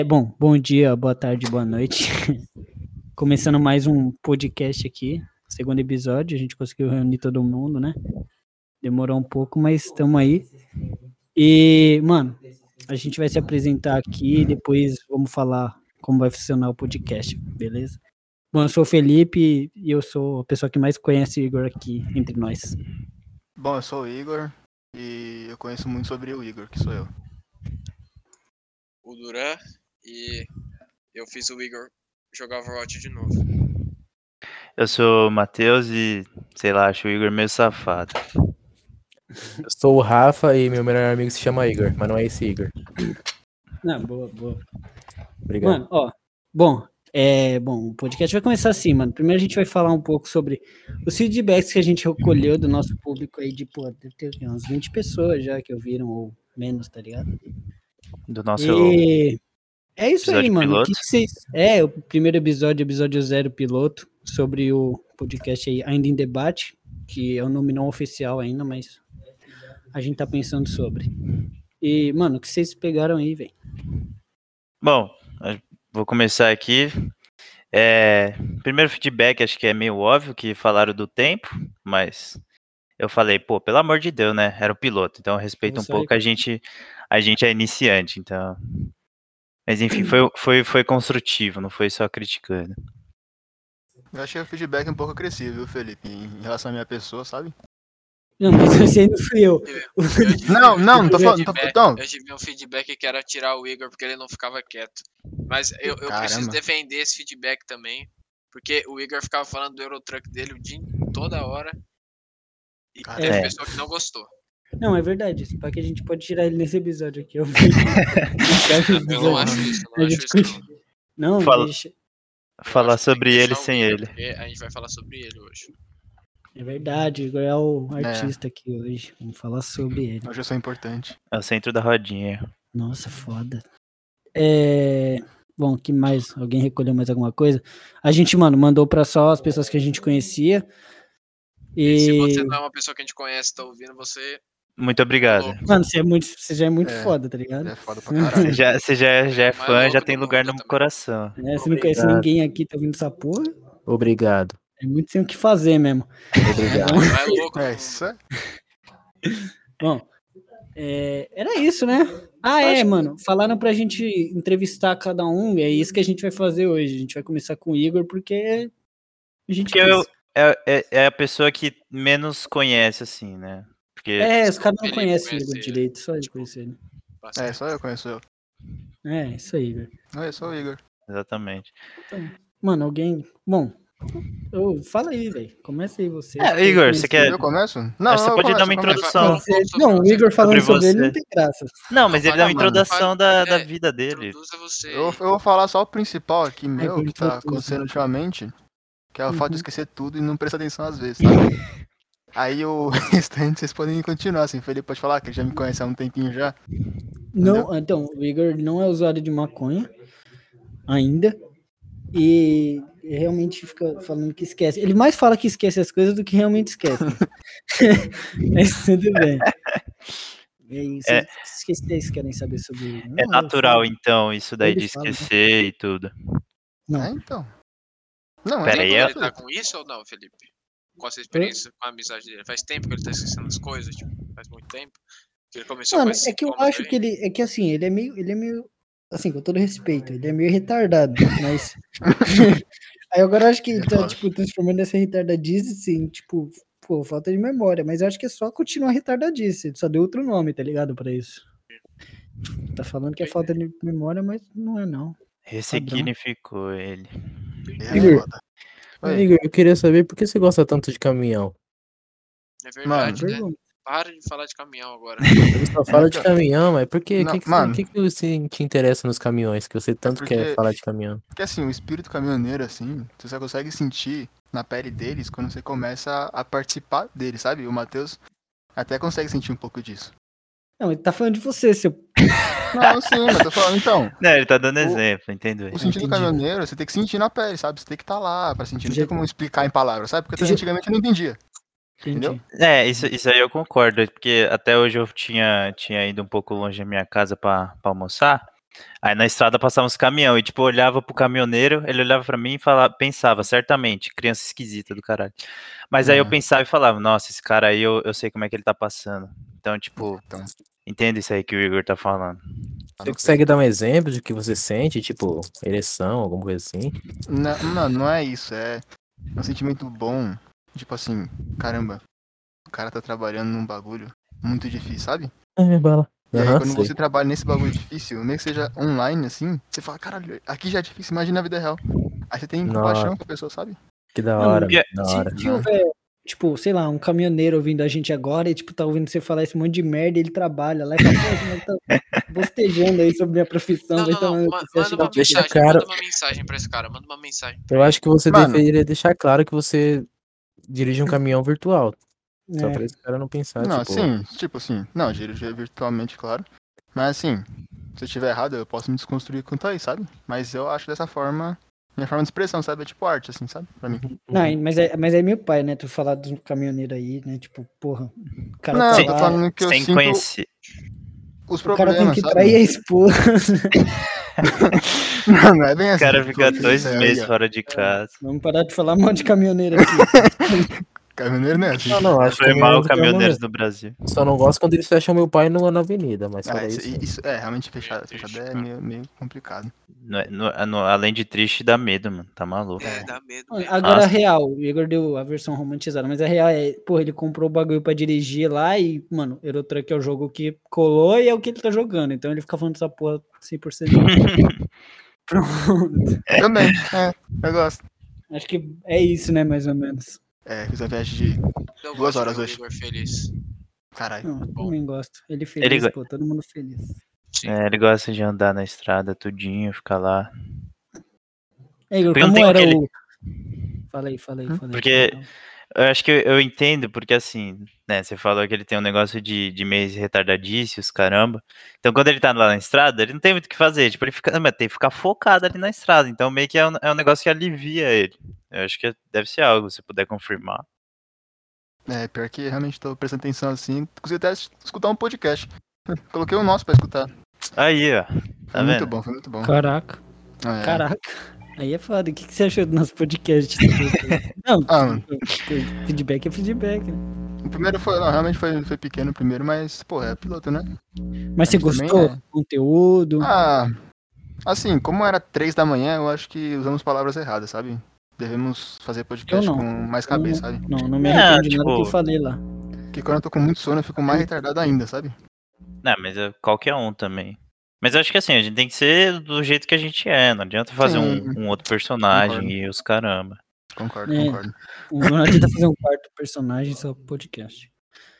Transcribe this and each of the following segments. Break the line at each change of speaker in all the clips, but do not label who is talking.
Bom dia, boa tarde, boa noite. Começando mais um podcast aqui, segundo episódio, a gente conseguiu reunir todo mundo, né? Demorou um pouco, mas estamos aí. E, mano, a gente vai se apresentar aqui e depois vamos falar como vai funcionar o podcast, beleza? Bom, eu sou o Felipe e eu sou a pessoa que mais conhece o Igor aqui entre nós.
Bom, eu sou o Igor e eu conheço muito sobre o Igor, que sou eu.
O Duran, e eu fiz o Igor jogar Overwatch de novo.
Eu sou o Matheus e, sei lá, acho o Igor meio safado.
Eu sou o Rafa e meu melhor amigo se chama Igor, mas não é esse Igor.
Não, boa.
Obrigado.
Mano, ó, bom, o podcast vai começar assim, mano. Primeiro a gente vai falar um pouco sobre os feedbacks que a gente recolheu do nosso público aí, de, deve ter umas 20 pessoas já que ouviram, ou menos, tá ligado?
Do nosso
E é isso aí,
episódio
mano. O
piloto.
que vocês... o primeiro episódio 0 piloto, sobre o podcast aí, Ainda em Debate, que é o nome não oficial ainda, mas a gente tá pensando sobre. E, mano, o que vocês pegaram aí, velho?
Bom, eu vou começar aqui. Primeiro feedback, acho que é meio óbvio que falaram do tempo, mas eu falei, pô, pelo amor de Deus, né? Era o piloto, então respeita um pouco, a gente é iniciante, então... Mas enfim, foi construtivo, não foi só criticando.
Eu achei o feedback um pouco agressivo, viu, Felipe, em relação à minha pessoa, sabe?
Não, mas esse aí não fui eu.
Não tô falando.
Eu tive um feedback que era tirar o Igor porque ele não ficava quieto. Mas eu preciso defender esse feedback também. Porque o Igor ficava falando do Eurotruck dele toda hora. E teve pessoa que não gostou.
Não, é verdade. Só que a gente pode tirar ele nesse episódio aqui. Eu
não acho isso.
Não, deixa.
Falar sobre ele sem ele.
A gente vai falar sobre ele hoje.
É verdade, Igor é o artista aqui hoje. Vamos falar sobre ele.
Hoje eu sou importante.
É o centro da rodinha.
Nossa, foda. Bom, que mais? Alguém recolheu mais alguma coisa? A gente, mano, mandou pra só as pessoas que a gente conhecia.
E se você não é uma pessoa que a gente conhece, tá ouvindo, você...
Muito obrigado.
Mano, você já é muito foda, tá ligado?
É foda pra caralho.
Você já é fã, já tem lugar no coração.
Você não conhece ninguém aqui, tá ouvindo essa porra?
Obrigado.
É muito sem o que fazer mesmo.
Obrigado.
É louco.
Isso é...
Bom, era isso, né? Mano, falaram pra gente entrevistar cada um, e é isso que a gente vai fazer hoje. A gente vai começar com o Igor, porque a gente
é a pessoa que menos conhece, assim, né? Porque...
os caras não conhecem o Igor direito, só ele conhecer ele.
Só eu conheço eu.
Isso aí, Igor.
Eu sou o Igor.
Exatamente.
Então, mano, alguém... Bom, fala aí, velho. Começa aí você.
Igor, você quer...
Eu começo? Não,
você pode dar uma introdução.
Não, o Igor falando sobre ele não tem graça.
Não, mas ele dá uma introdução da vida dele.
Eu vou falar só o principal aqui meu, que tá acontecendo ultimamente, que é o fato de esquecer tudo e não prestar atenção às vezes, sabe? Aí o restante vocês podem continuar, assim, o Felipe pode falar, que ele já me conhece há um tempinho já.
Não, então, o Igor não é usuário de maconha ainda, e realmente fica falando que esquece. Ele mais fala que esquece as coisas do que realmente esquece. Mas tudo bem. É isso. O que vocês querem saber sobre ele?
É natural, então, isso daí de esquecer e tudo.
Não.
Então. Não,
Peraí,
ele tá com isso ou não, Felipe? Com essa experiência, com a amizade dele? Faz tempo que ele tá esquecendo as coisas, tipo, faz muito tempo. Que ele começou
Mano, é que eu acho que ele é meio, assim, com todo respeito, ele é meio retardado, mas aí agora eu acho que ele tá, tipo, transformando essa retardadice, assim, tipo, pô, falta de memória, mas eu acho que é só continuar retardadice, ele só deu outro nome, tá ligado, pra isso. Tá falando que é falta de memória, mas não é não.
Ressignificou ele.
Igor, eu queria saber por que você gosta tanto de caminhão?
É verdade,
Mano,
né? Para de falar de caminhão agora.
Ele só fala de caminhão, mas por quê?
Não,
O que você te interessa nos caminhões, que você tanto quer falar de caminhão?
Porque assim, o espírito caminhoneiro, assim, você só consegue sentir na pele deles quando você começa a participar deles, sabe? O Matheus até consegue sentir um pouco disso.
Não, ele tá falando de você, seu...
Não, sim, mas tô falando, então...
Não, ele tá dando exemplo, entendeu?
O sentido caminhoneiro, você tem que sentir na pele, sabe? Você tem que estar lá pra sentir, não tem como explicar em palavras, sabe? Porque antigamente eu não entendia. Entendeu?
Isso aí eu concordo, porque até hoje eu tinha ido um pouco longe da minha casa pra almoçar, Aí na estrada passavam uns caminhão e, tipo, eu olhava pro caminhoneiro, ele olhava pra mim e pensava, certamente, criança esquisita do caralho. Mas aí eu pensava e falava, nossa, esse cara aí eu sei como é que ele tá passando. Então, tipo, entende isso aí que o Igor tá falando.
Você consegue dar um exemplo de que você sente, tipo, ereção, alguma coisa assim?
Não é isso, é um sentimento bom, tipo assim, caramba, o cara tá trabalhando num bagulho muito difícil, sabe?
Bala.
E aí quando você trabalha nesse bagulho difícil, mesmo que seja online, assim, você fala, caralho, aqui já é difícil, imagina a vida real. Aí você tem compaixão com a pessoa, sabe?
Que da hora,
Se houver, tipo, sei lá, um caminhoneiro ouvindo a gente agora e, tipo, tá ouvindo você falar esse monte de merda e ele trabalha lá e fala, pô, mas tá bostejando aí sobre minha profissão.
Manda uma mensagem pra esse cara, manda uma mensagem.
Eu acho que você deveria deixar claro que você dirige um caminhão virtual. Só pra esse cara não pensar,
não,
tipo...
Sim, tipo assim, não, dirigir virtualmente, claro. Mas assim, se eu estiver errado, eu posso me desconstruir quanto a isso, sabe? Mas eu acho dessa forma, minha forma de expressão, sabe? É tipo arte, assim, sabe? Pra mim.
Não, mas é meu pai, né? Tu falar do caminhoneiro aí, né? Tipo, porra, o cara
não,
tá
eu tô falando que eu
sem
sinto
conhecer.
os
o cara tem
problemas,
que
sabe?
trair a esposa.
Não é bem assim.
O cara fica 2 meses fora de casa.
Vamos parar de falar mal de caminhoneiro aqui.
Caminhoneiro não é assim.
Não, acho que
Foi mal caminhoneiros do Brasil.
Só não gosto quando eles fecham meu pai na avenida, mas fora
isso é, realmente fechado é meio complicado.
Além de triste, dá medo, mano. Tá maluco.
Dá medo.
Agora, a real, o Igor deu a versão romantizada, mas a real é, porra, ele comprou o bagulho pra dirigir lá e, mano, Eurotruck é o jogo que colou e é o que ele tá jogando, então ele fica falando dessa porra 100%. Pronto.
Também, eu gosto.
Acho que é isso, né, mais ou menos.
Fiz a viagem de 2 horas hoje.
Igor feliz.
Caralho.
Não, eu também gosto. Ele feliz, pô, todo mundo feliz.
Ele gosta de andar na estrada tudinho, ficar lá.
Igor, como era o... Fala aí.
Porque eu acho que eu entendo, porque assim, né, você falou que ele tem um negócio de mês retardadícios, caramba. Então quando ele tá lá na estrada, ele não tem muito o que fazer, tipo, ele tem que ficar focado ali na estrada, então meio que é um negócio que alivia ele. Eu acho que deve ser algo, se puder confirmar.
Pior que realmente tô prestando atenção assim, consegui até escutar um podcast. Coloquei o nosso pra escutar.
Aí, ó. Tá vendo?
Foi muito bom.
Caraca. Aí é foda. O que você achou do nosso podcast? Não, feedback é feedback, né?
O primeiro realmente foi pequeno o primeiro, mas, pô, é piloto, né?
Mas você gostou do conteúdo?
Assim, como era 3 da manhã, eu acho que usamos palavras erradas, sabe? Devemos fazer podcast com mais cabeça, sabe?
Não me arrependi nada que eu falei lá.
Porque quando eu tô com muito sono, eu fico mais retardado ainda, sabe?
Não, mas qualquer um também. Mas eu acho que assim, a gente tem que ser do jeito que a gente é. Não adianta fazer um outro personagem e os caramba.
Concordo.
Não adianta fazer um quarto personagem só podcast.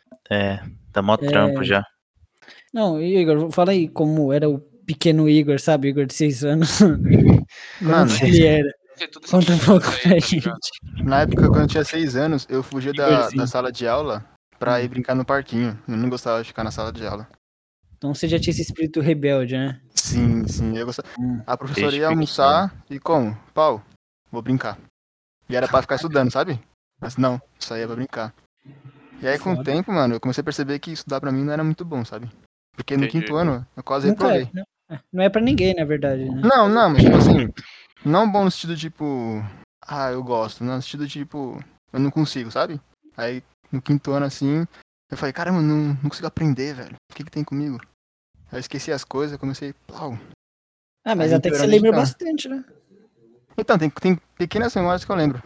Tá mó trampo já.
Não, Igor, fala aí como era o pequeno Igor, sabe? Igor de 6 anos.
Mano,
ele era. Conta um pouco pra gente.
Na época, quando eu tinha 6 anos, eu fugia da sala de aula pra ir brincar no parquinho. Eu não gostava de ficar na sala de aula.
Então você já tinha esse espírito rebelde, né?
Sim, eu gostava. A professora ia almoçar e como? Pau, vou brincar. E era pra ficar estudando, sabe? Mas não, saía pra brincar. E aí com o tempo, mano, eu comecei a perceber que estudar pra mim não era muito bom, sabe? Porque no 5º ano, eu quase reprovei.
Não é pra ninguém, na verdade, né?
Não, mas tipo assim, não bom no sentido tipo, eu gosto, não no sentido tipo, eu não consigo, sabe? Aí no 5º ano assim, eu falei, caramba, não consigo aprender, velho. O que tem comigo? Aí eu esqueci as coisas, comecei, pau.
Mas até que você lembra bastante, né?
Então, tem pequenas memórias que eu lembro.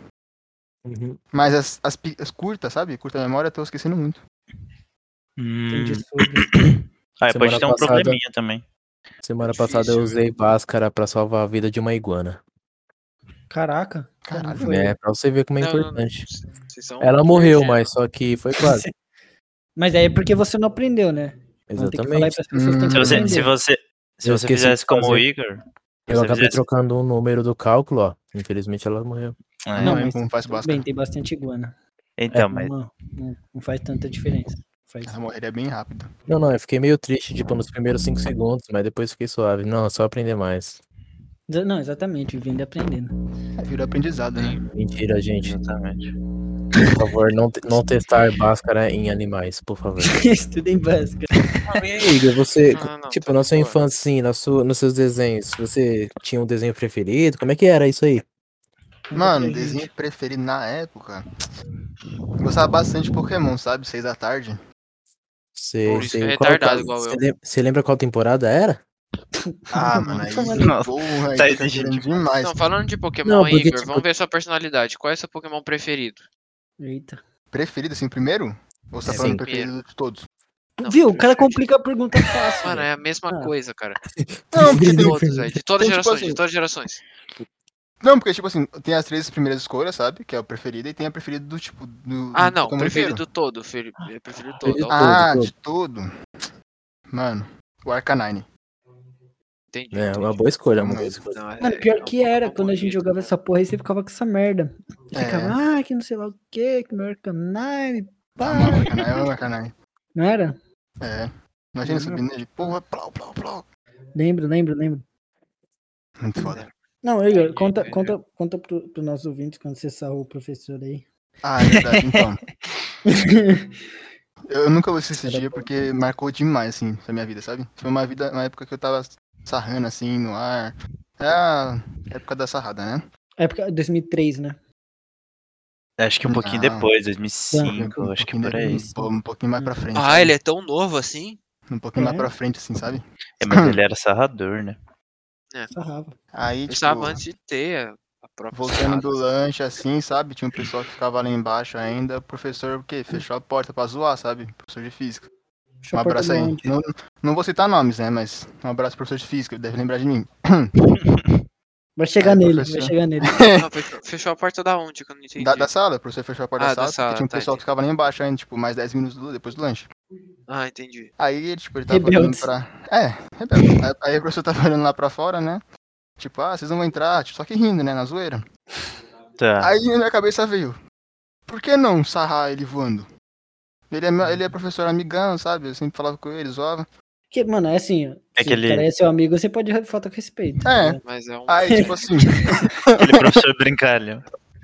Mas as curtas, sabe? Curta memória, eu tô esquecendo muito.
Entendi sobre.
Pode ter um probleminha também.
Semana passada eu usei Bhaskara pra salvar a vida de uma iguana.
Caraca.
Caralho.
Pra você ver como é importante. Ela morreu, mas só que foi quase.
Mas aí é porque você não aprendeu, né?
Exatamente.
Se você fizesse como o Igor...
Eu acabei trocando o número do cálculo, ó. Infelizmente ela morreu.
Mas
como faz Bhaskara.
Bem, tem bastante iguana.
Então, mas...
Não faz tanta diferença.
Ela morreria bem rápido.
Não, eu fiquei meio triste, tipo, nos primeiros 5 segundos, mas depois fiquei suave. Não, só aprender mais.
Não, exatamente, vivendo e aprendendo.
Virou aprendizado, né?
Mentira, gente.
Exatamente.
Por favor, não testar Bhaskara em animais, por favor.
Estudem Bhaskara.
E aí, Igor, você,
Não,
tipo,
tá
na sua
boa.
infância, assim, nos seus desenhos, você tinha um desenho preferido? Como é que era isso aí?
Mano, desenho preferido na época. Gostava bastante de Pokémon, sabe? 6 da tarde.
Por
isso que é retardado igual eu.
Você lembra qual temporada era?
Ah, mano, aí.
Nossa,
Porra, aí
tá
tá
exigindo
exagerando demais.
Não, falando de Pokémon
Não,
aí,
porque,
Igor,
tipo-
vamos ver sua personalidade. Qual é seu Pokémon preferido?
Eita.
Preferido, assim, primeiro? Ou você tá
Sim.
falando preferido de todos?
Não,
Viu? O cara
preferido.
complica a pergunta fácil.
Mano,
velho.
é a mesma coisa, cara.
Não, porque
De
tem.
todos, velho. De todas as
Tem, tipo
gerações,
assim,
de todas as gerações.
Não, porque, tipo assim, tem as 3 primeiras escolhas, sabe? Que é o preferido, e tem a preferida do tipo.
Ah,
do
não,
Pokémon
preferido
inteiro.
todo. Preferido todo.
Preferido
automático.
Ah,
todo.
de todo. Mano, o Arcanine.
Entendi.
É,
entendi.
uma boa escolha,
Vamos
uma boa
aí.
escolha.
Não,
Mano, pior
é um
que era,
Pokémon
quando a gente
bonito.
jogava essa porra aí, você ficava com essa merda. E
É.
ficava, que não sei lá o que meu Arcanine,
Ah,
pá.
mano, o Arcanine é o Arcanine.
Não era?
É. Imagina
Não.
subir nele. Porra, plau, plau, plau.
Lembro.
Muito foda.
Não, Igor,
Entendi.
conta pro nosso ouvinte quando você sarrou o professor aí.
Ah, é verdade, então. Eu nunca vou esquecer esse dia porque marcou demais, assim, a minha vida, sabe? Foi uma época que eu tava sarrando, assim, no ar. É a época da sarrada, né?
Época 2003, né?
Acho que um pouquinho
Não.
depois, 2005, acho que por aí.
Um pouquinho mais pra frente.
Ah,
sabe?
ele é tão novo assim?
Um pouquinho mais
É.
pra frente, assim, sabe?
É, mas ele era sarrador, né?
Sarrava.
Aí,
Eu
tipo,
estava antes de ter a própria
voltando
sarrada.
do lanche, assim, sabe? Tinha um pessoal que ficava lá embaixo ainda. O professor, o quê? Fechou a porta pra zoar, sabe? Professor de física.
Fechou
Um
a porta
abraço
da
aí.
onde?
Não vou citar nomes, né? Mas um abraço pro professor de física, ele deve lembrar de mim.
Vai chegar
Aí,
nele,
professor.
vai chegar nele.
Não, fechou a porta da onde? Que eu não entendi.
Da sala, o professor fechou a porta
Ah,
da
da
sala, porque
sala,
tinha um
tá,
pessoal que ficava lá embaixo ainda, tipo, mais 10 minutos depois do lanche.
Ah, entendi.
Aí, tipo, ele tava
Rebeldes.
olhando pra... rebelde. Aí o professor tava olhando lá pra fora, né? Tipo, vocês não vão entrar, tipo, só que rindo, né, na zoeira.
Tá.
Aí na minha cabeça veio, por que não sarrar ele voando? Ele é professor amigão, sabe? Eu sempre falava com ele, zoava.
Porque, mano, é assim, ó,
É
se
que ele-
o cara é seu amigo, você pode faltar com respeito.
É.
né?
Mas é um.
Aí, tipo assim...
Aquele professor brincalhão.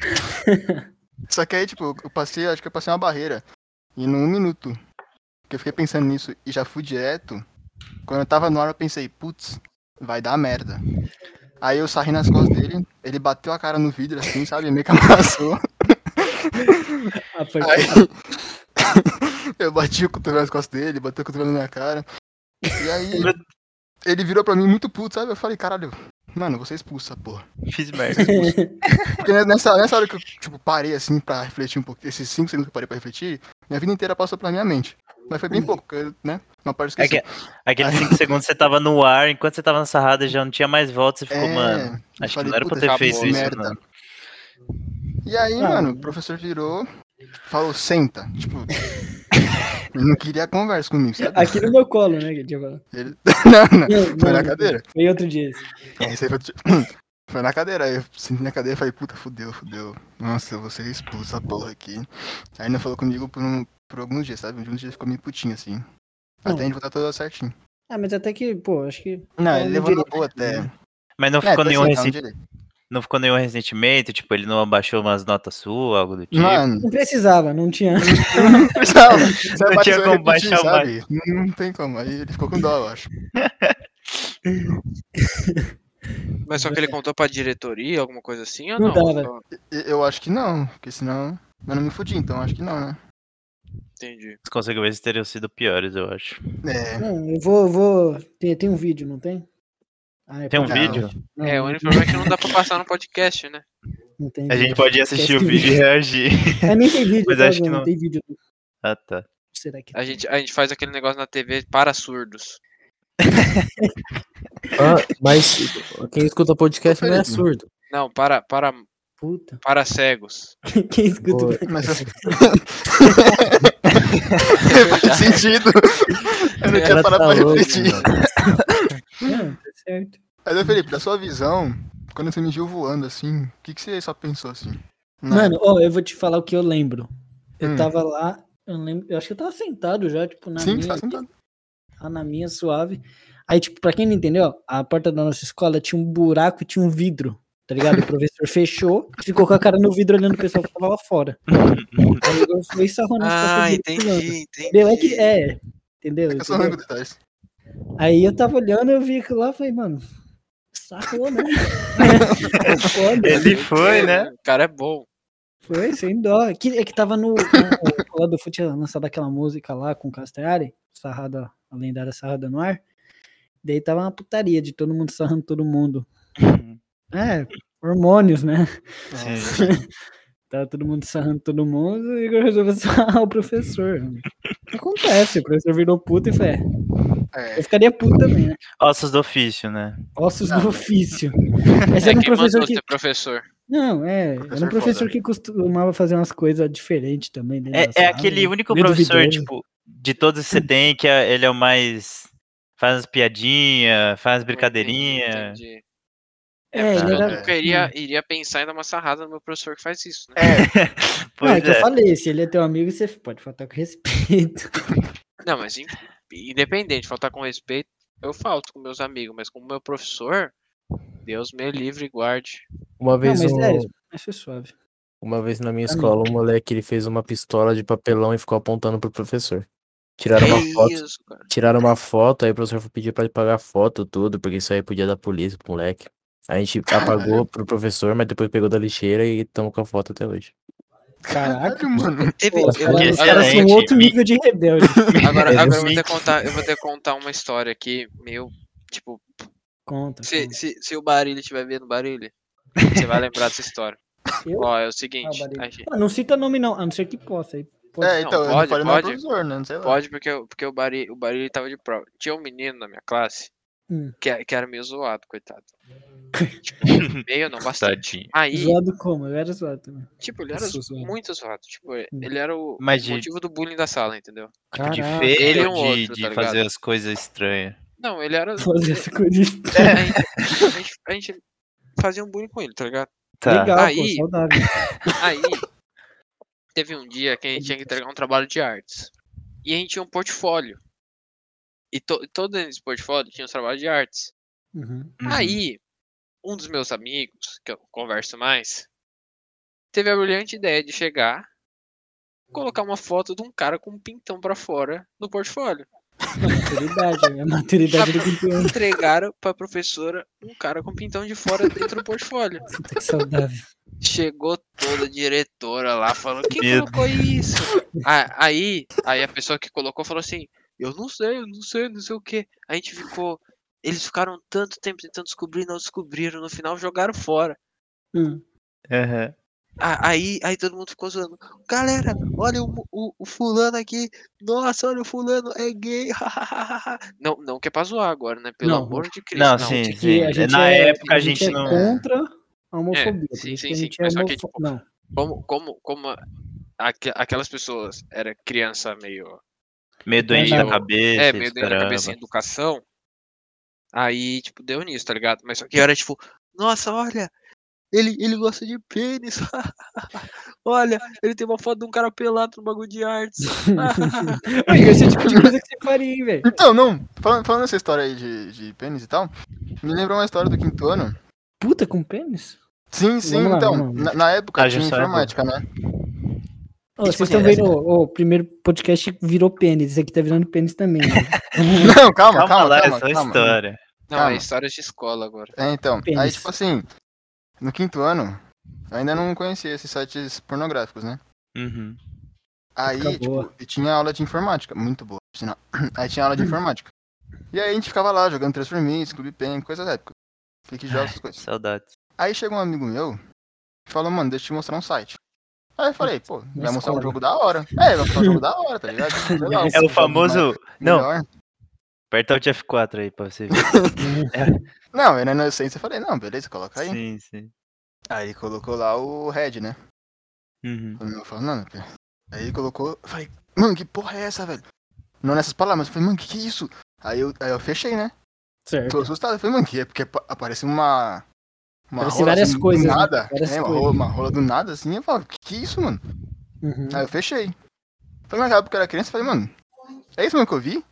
Só que aí, tipo, acho que eu passei uma barreira. E num minuto que eu fiquei pensando nisso e já fui direto, quando eu tava no ar eu pensei, putz, vai dar merda. Aí eu sarri nas costas dele, ele bateu a cara no vidro assim, sabe, meio que amassou.
Ah, foi
Aí eu bati o cotovelo nas costas dele, bateu o cotovelo na minha cara. E aí ele virou pra mim muito puto, sabe? Eu falei, caralho, mano, você expulsa, porra.
Fiz merda.
Porque nessa hora que eu, tipo, parei assim pra refletir um pouco, esses 5 segundos que eu parei pra refletir, minha vida inteira passou pela minha mente. Mas foi bem pouco, porque, né? Uma parte eu esqueci.
Aqueles 5 segundos você tava no ar, enquanto você tava na sarrada já não tinha mais volta, você ficou,
eu
mano. Acho
falei,
que não era pra
puta,
ter
acabou,
feito isso,
merda.
não.
E aí,
Ah,
mano, o professor virou, falou, senta. Tipo, ele não queria conversa comigo, sabe?
Aqui no meu colo, né? Que eu tinha falado.
Ele... não, foi na
Não,
cadeira.
Foi outro dia esse.
Esse aí foi na cadeira. Aí eu senti na cadeira e falei, puta, fudeu. Nossa, eu vou ser expulso essa porra aqui. Aí não falou comigo por alguns dias, sabe? Um dia ficou meio putinho assim.
Não.
Até a gente voltar tudo certinho.
Ah, mas até que, pô, acho que.
Não, ele
no
levou na
direito,
boa até.
né?
Mas não ficou nenhum
assim,
não ficou nenhum ressentimento, tipo, ele não abaixou umas notas suas, algo do tipo.
Mano,
Não precisava, não tinha.
não precisava. Você
Não
vai
tinha
bater,
como
repetir,
baixar o
sabe? Não tem como. Aí ele ficou com dó, eu acho.
Mas só que ele contou pra diretoria, alguma coisa assim, ou
Não
não?
dava.
Só-
Eu acho que não, porque senão eu não me fudi, então acho que não, né?
Entendi.
As consequências teriam sido piores, eu acho.
É.
Não, eu vou. Tem um vídeo, não tem? Ah,
Tem um
pode-
vídeo?
Não,
O único problema é que não dá pra passar no podcast, né?
não tem
A
vídeo.
gente pode assistir o
Esquece
vídeo e reagir.
É, nem tem vídeo,
Mas
tá,
acho que
João?
não.
Tem vídeo.
Ah, tá.
Será que
A gente faz aquele negócio na TV para surdos.
Mas quem escuta podcast não é
Felipe.
surdo.
Não, para
Puta.
para cegos.
Quem escuta?
Oi.
Mas faz sentido. Eu não
O
tinha
cara
parado
tá
pra
louco,
refletir.
mano.
Não, tá certo.
Mas, ô, Felipe, da sua visão, quando você me viu voando assim, o que você só pensou assim?
Mano, ó, eu vou te falar o que eu lembro. Eu
Hum.
tava lá, eu acho que eu tava sentado já, tipo, na
Sim,
minha.
você tá sentado.
Lá na minha, suave. Aí, tipo, pra quem não entendeu, a porta da nossa escola tinha um buraco e tinha um vidro, tá ligado? O professor fechou, ficou com a cara no vidro olhando o pessoal que tava lá fora. Aí o Igor foi sarrando as costas dele.
Entendi.
Entendeu? Entendeu?
Eu sou amigo detalhes.
Aí eu tava olhando, eu vi aquilo lá e falei, mano, sarrou, né? Foda.
Ele foi, né?
O cara é bom.
Foi, sem dó. É que tava no lá do Fute lançado aquela música lá com o Castellari, Sarrada, a lendária Sarrada no ar. Daí tava uma putaria de todo mundo sarrando todo mundo. Hormônios, né?
Sim.
Tava todo mundo sarrando todo mundo e Igor resolveu sarrar o professor. Acontece, o professor virou puta e foi. Eu ficaria puto também, né?
Ossos do ofício, né?
Ossos do ofício. Esse era um professor que.
Professor.
Não, era um professor que costumava fazer umas coisas diferentes também.
É aquele único professor, tipo, de todos que você tem, que ele é o mais. Faz umas piadinhas, faz umas brincadeirinhas.
Entendi.
Ele era...
nunca iria pensar em dar uma sarrada no meu professor que faz isso, né?
Não, que eu falei, se ele é teu amigo, você pode faltar com respeito.
Não, mas independente de faltar com respeito, eu falto com meus amigos, mas como meu professor, Deus me livre e guarde.
Uma vez
mas foi suave.
Uma vez na minha escola, um moleque ele fez uma pistola de papelão e ficou apontando pro professor. Tiraram uma foto, aí o professor pediu pra ele pagar a foto, tudo, porque isso aí podia dar polícia pro moleque. A gente apagou pro professor, mas depois pegou da lixeira e estamos com a foto até hoje.
Caraca,
mano.
Os caras são outro nível de rebelde.
Agora eu vou ter que contar uma história aqui, tipo...
Conta.
Se o Barilli estiver vendo o Barilli, você vai lembrar dessa história. Ó, é o seguinte...
Não cita nome não, a não ser que possa.
Pode, porque o Barilli tava de prova. Tinha um menino na minha classe que era meio zoado, coitado. Tipo, meio não, bastante. Aí,
zoado como? Eu era zoado também.
Tipo, ele era muito zoado. Tipo, ele era o motivo do bullying da sala, entendeu?
Tipo, de feio, ele outro, de fazer as coisas estranhas.
Não, ele era...
Fazer as coisas estranhas.
A gente fazia um bullying com ele, tá ligado?
Tá. Legal, aí, saudável.
Aí, teve um dia que a gente tinha que entregar um trabalho de artes. E a gente tinha um portfólio. E todo esse portfólio tinha um trabalho de artes. Aí, um dos meus amigos, que eu converso mais, teve a brilhante ideia de chegar, colocar uma foto de um cara com um pintão pra fora no portfólio.
Maturidade do pintão.
Entregaram pra professora um cara com pintão de fora dentro do portfólio.
Puta que saudável.
Chegou toda a diretora lá falando, quem colocou isso? Aí a pessoa que colocou falou assim, eu não sei o que. A gente ficou... Eles ficaram tanto tempo tentando descobrir, não descobriram. No final jogaram fora. Aí todo mundo ficou zoando. Galera, olha o fulano aqui. Nossa, olha o fulano, é gay. não que é pra zoar agora, né? Pelo amor de Cristo.
Não, sim. Na época a gente não...
contra a homofobia.
Sim. Mas só que, tipo, como aquelas pessoas eram criança meio
doente da cabeça.
Meio doente da cabeça sem educação. Aí, tipo, deu nisso, tá ligado? Mas só que era, tipo, nossa, olha, ele gosta de pênis. Olha, ele tem uma foto de um cara pelado no bagulho de artes.
Esse é o tipo de coisa que você faria, hein, velho?
Então, não, falando essa história aí de pênis e tal, me lembrou uma história do quinto ano.
Puta, com pênis?
Sim, então, na época tinha informática, né?
Vocês estão vendo, o primeiro podcast virou pênis, esse aqui tá virando pênis também. Né?
Não, calma.
História.
Não, é história de escola agora.
Então, pênis. Aí tipo assim, no quinto ano, eu ainda não conhecia esses sites pornográficos, né? Aí, tipo, tinha aula de informática, muito boa, por sinal. Aí tinha aula de informática. E aí a gente ficava lá, jogando Transformice, Clube Pen, coisas da época. Clique de jogos, essas coisas.
Saudades.
Aí chegou um amigo meu, e falou, mano, deixa eu te mostrar um site. Aí eu falei, pô, vai mostrar um jogo da hora. Vai mostrar um jogo da hora, tá ligado? Lá,
é o famoso... Não, aperta o F4 aí pra você ver.
Não, eu na inocência falei, não, beleza, coloca aí.
Sim.
Aí ele colocou lá o Red, né? Eu falei, não, aí ele colocou, eu falei, mano, que porra é essa, velho? Não nessas palavras, eu falei, mano, que é isso? Aí eu fechei, né?
Certo.
Tô assustado, eu falei, mano, que é porque aparece uma
rola várias
assim,
coisas,
do nada,
né?
uma rola do nada, assim, eu falo, que é isso, mano? Aí eu fechei. Falei, naquela época eu era criança, eu falei, mano, é isso mesmo que eu vi?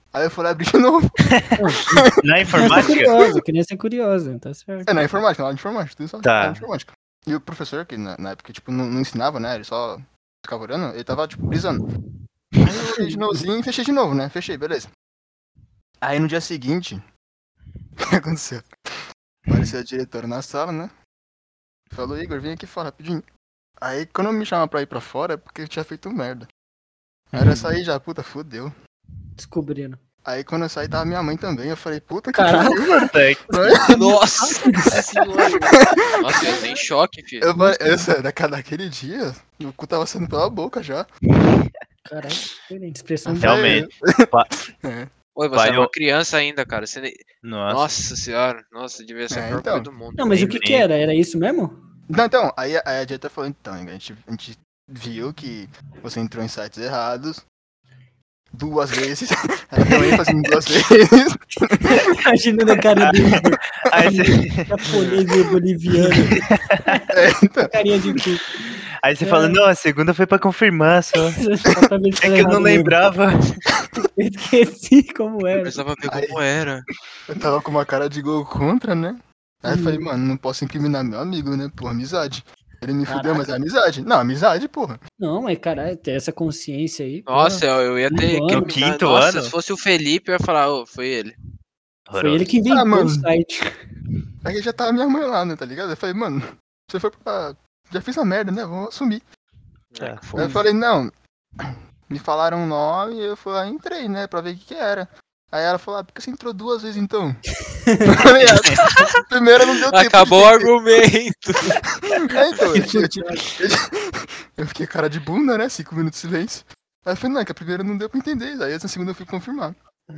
Aí eu fui lá abrir de novo.
Na informática?
Criança é curiosa, tá certo.
Na informática, lá de informática, tudo só
Tá.
na informática. E o professor, que na época, tipo, não ensinava, né? Ele só ficava olhando, ele tava, tipo, brisando. Aí eu olhei de novozinho e fechei de novo, né? Fechei, beleza. Aí no dia seguinte, o que aconteceu? Apareceu a diretora na sala, né? Falou, Igor, vem aqui fora rapidinho. Aí quando me chama pra ir pra fora é porque eu tinha feito merda. Aí eu saí já, puta, fudeu.
Descobrindo.
Aí quando eu saí tava minha mãe também, eu falei, puta que
Caralho.
pariu, mano.
Nossa senhora. Nossa, eu tenho choque, filho.
Daquele dia, o cu tava saindo pela boca já.
Caralho, diferente. Expressão
Realmente.
Oi, você é uma criança ainda, cara. Você...
Nossa.
Nossa senhora. Nossa, devia ser a pior coisa do mundo.
Não, mas o que era? Era isso mesmo?
Não, então, aí a diretora falou, então, a gente viu que você entrou em sites errados 2 vezes. Ela deu ênfase em 2 vezes.
Imaginando a cara dele.
Aí você...
Japonês meio boliviano.
Então.
Carinha de cu.
Aí você fala, não, a segunda foi pra confirmar só. É que eu não lembrava.
Eu esqueci como era.
Eu precisava ver como era.
Eu tava com uma cara de gol contra, né? Aí eu falei, mano, não posso incriminar meu amigo, né? Pô, amizade. Ele me fudeu, mas é amizade. Não, amizade, porra.
Não, mas caralho, ter essa consciência aí.
Nossa, eu ia ter.
No
quinto
Nossa,
ano?
se fosse o Felipe, eu ia falar, foi ele.
Foi ele que inventou o site.
Aí já tava minha mãe lá, né, tá ligado? Eu falei, mano, você foi pra... Já fiz a merda, né? Vamos assumir. Aí eu falei, não. Me falaram um nome e eu falei, entrei, né? Pra ver o que era. Aí ela falou, por que você entrou 2 vezes então? Primeiro não deu tempo.
Acabou o argumento.
Então, eu fiquei cara de bunda, né? 5 minutos de silêncio. Aí eu falei, não, que a primeira não deu pra entender. Aí a segunda eu fui confirmar.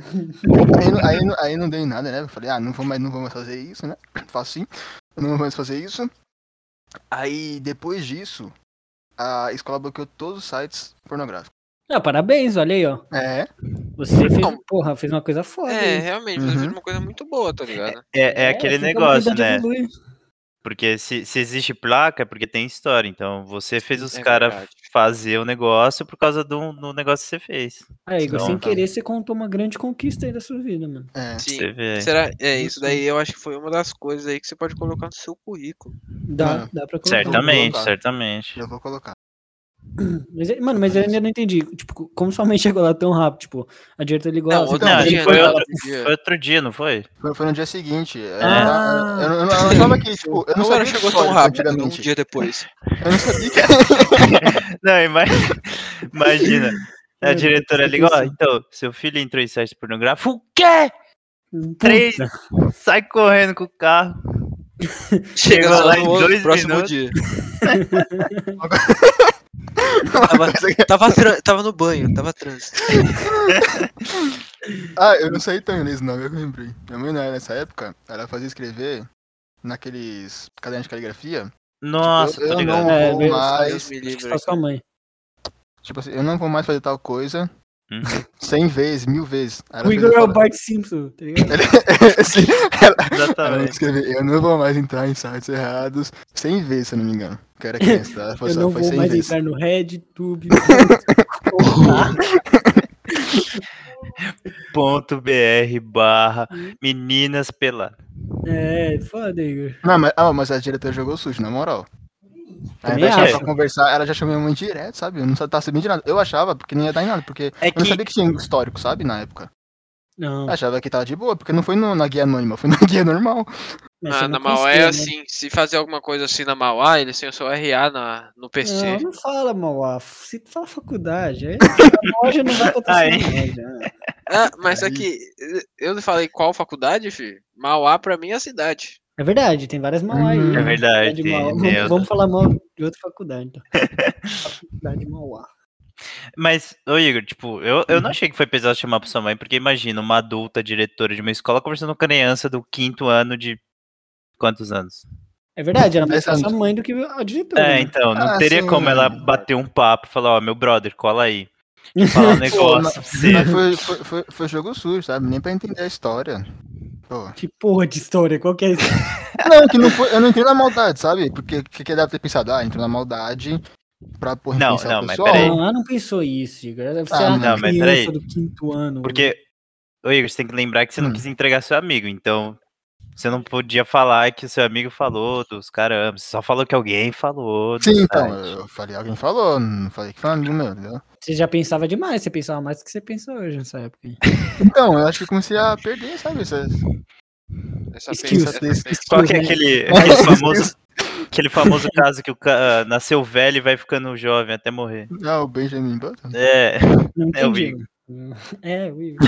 Aí não deu em nada, né? Eu falei, não vou mais fazer isso, né? Faço sim. Eu não vou mais fazer isso. Aí, depois disso, a escola bloqueou todos os sites pornográficos.
Parabéns, olha aí, ó. Você fez uma coisa foda.
Realmente, você fez uma coisa muito boa, tá ligado?
É aquele negócio, né? Porque se existe placa é porque tem história. Então você fez os caras fazer o negócio por causa do negócio que você fez.
Igor, sem querer você contou uma grande conquista aí da sua vida, mano.
Sim.
Você vê.
Isso daí eu acho que foi uma das coisas aí que você pode colocar no seu currículo.
Dá pra colocar.
Certamente.
Eu vou colocar.
Mas eu ainda não entendi. Tipo, como sua mãe chegou lá tão rápido? Tipo, a diretora ligou lá.
Foi outro dia, não foi?
Foi no dia seguinte. Eu não achava que, tipo, eu não sabia que
chegou tão rápido, um dia depois.
Eu não sabia que...
Não, imagina. A diretora ligou, então, seu filho entrou em site pornográfico. O quê? 3, sai correndo com o carro.
Chega lá em
2
próximo
minutos.
dia. Tava no banho, tava trânsito.
Eu não sei tão inglês não, eu lembrei. Minha mãe, nessa época, ela fazia escrever naqueles cadernos de caligrafia.
Nossa,
tipo, eu não vou mais...
Sua mãe.
Tipo assim, eu não vou mais fazer tal coisa 100 vezes, 1000 vezes.
O Igor é o Bart Simpson, tá ligado?
Ela escreveu, eu não vou mais entrar em sites errados 100 vezes, se eu não me engano. Que era criança, ela
eu não vou mais entrar no RedTube.
.br/meninas peladas.
Foda, Igor.
Não, mas a diretora jogou sujo, na moral. Aí pra conversar, ela já chamou minha mãe direto, sabe? Eu não tava sabendo de nada. Eu achava, porque não ia dar em nada, porque eu não sabia que tinha histórico, sabe? Na época.
Não.
Eu achava que tava de boa, porque não foi na guia anônima, foi na guia normal.
Na Mauá é assim, se fazer alguma coisa assim na Mauá, eles têm o seu RA no PC.
Não fala Mauá, se fala faculdade, aí a loja não vai patrocinar a loja.
Mas aqui, eu falei qual faculdade, filho? Mauá pra mim é a cidade.
É verdade, tem várias Mauá aí.
É verdade.
Vamos falar mal de outra faculdade, então. Faculdade Mauá.
Mas, Igor, tipo, eu não achei que foi pesado chamar pra sua mãe, porque imagina uma adulta diretora de uma escola conversando com criança do 5º ano de quantos anos?
É verdade, era mais fácil a mãe do que a diretora.
Então, não teria como ela bater um papo e falar, meu brother, cola aí. Falar um negócio.
Foi jogo sujo, sabe? Nem pra entender a história.
Que porra de história, qual que é isso?
Não, que não foi, eu não entrei na maldade, sabe? Porque que deve ter pensado, entrou na maldade pra influenciar o pessoal.
Peraí.
Ela não pensou isso, Igor. Você é uma criança do 5º ano.
Porque Ô, Igor, você tem que lembrar que você não quis entregar seu amigo, então você não podia falar que o seu amigo falou dos caramba, você só falou que alguém falou.
Sim, então, eu falei, alguém falou, não falei que foi um amigo meu, entendeu?
Você já pensava demais, você pensava mais do que você pensa hoje nessa época.
Então, eu acho que eu comecei a perder, sabe? Essa
skills.
Qual que é aquele famoso caso que o cara nasceu velho e vai ficando jovem até morrer?
Ah, o Benjamin Button?
Não entendi. O Igor.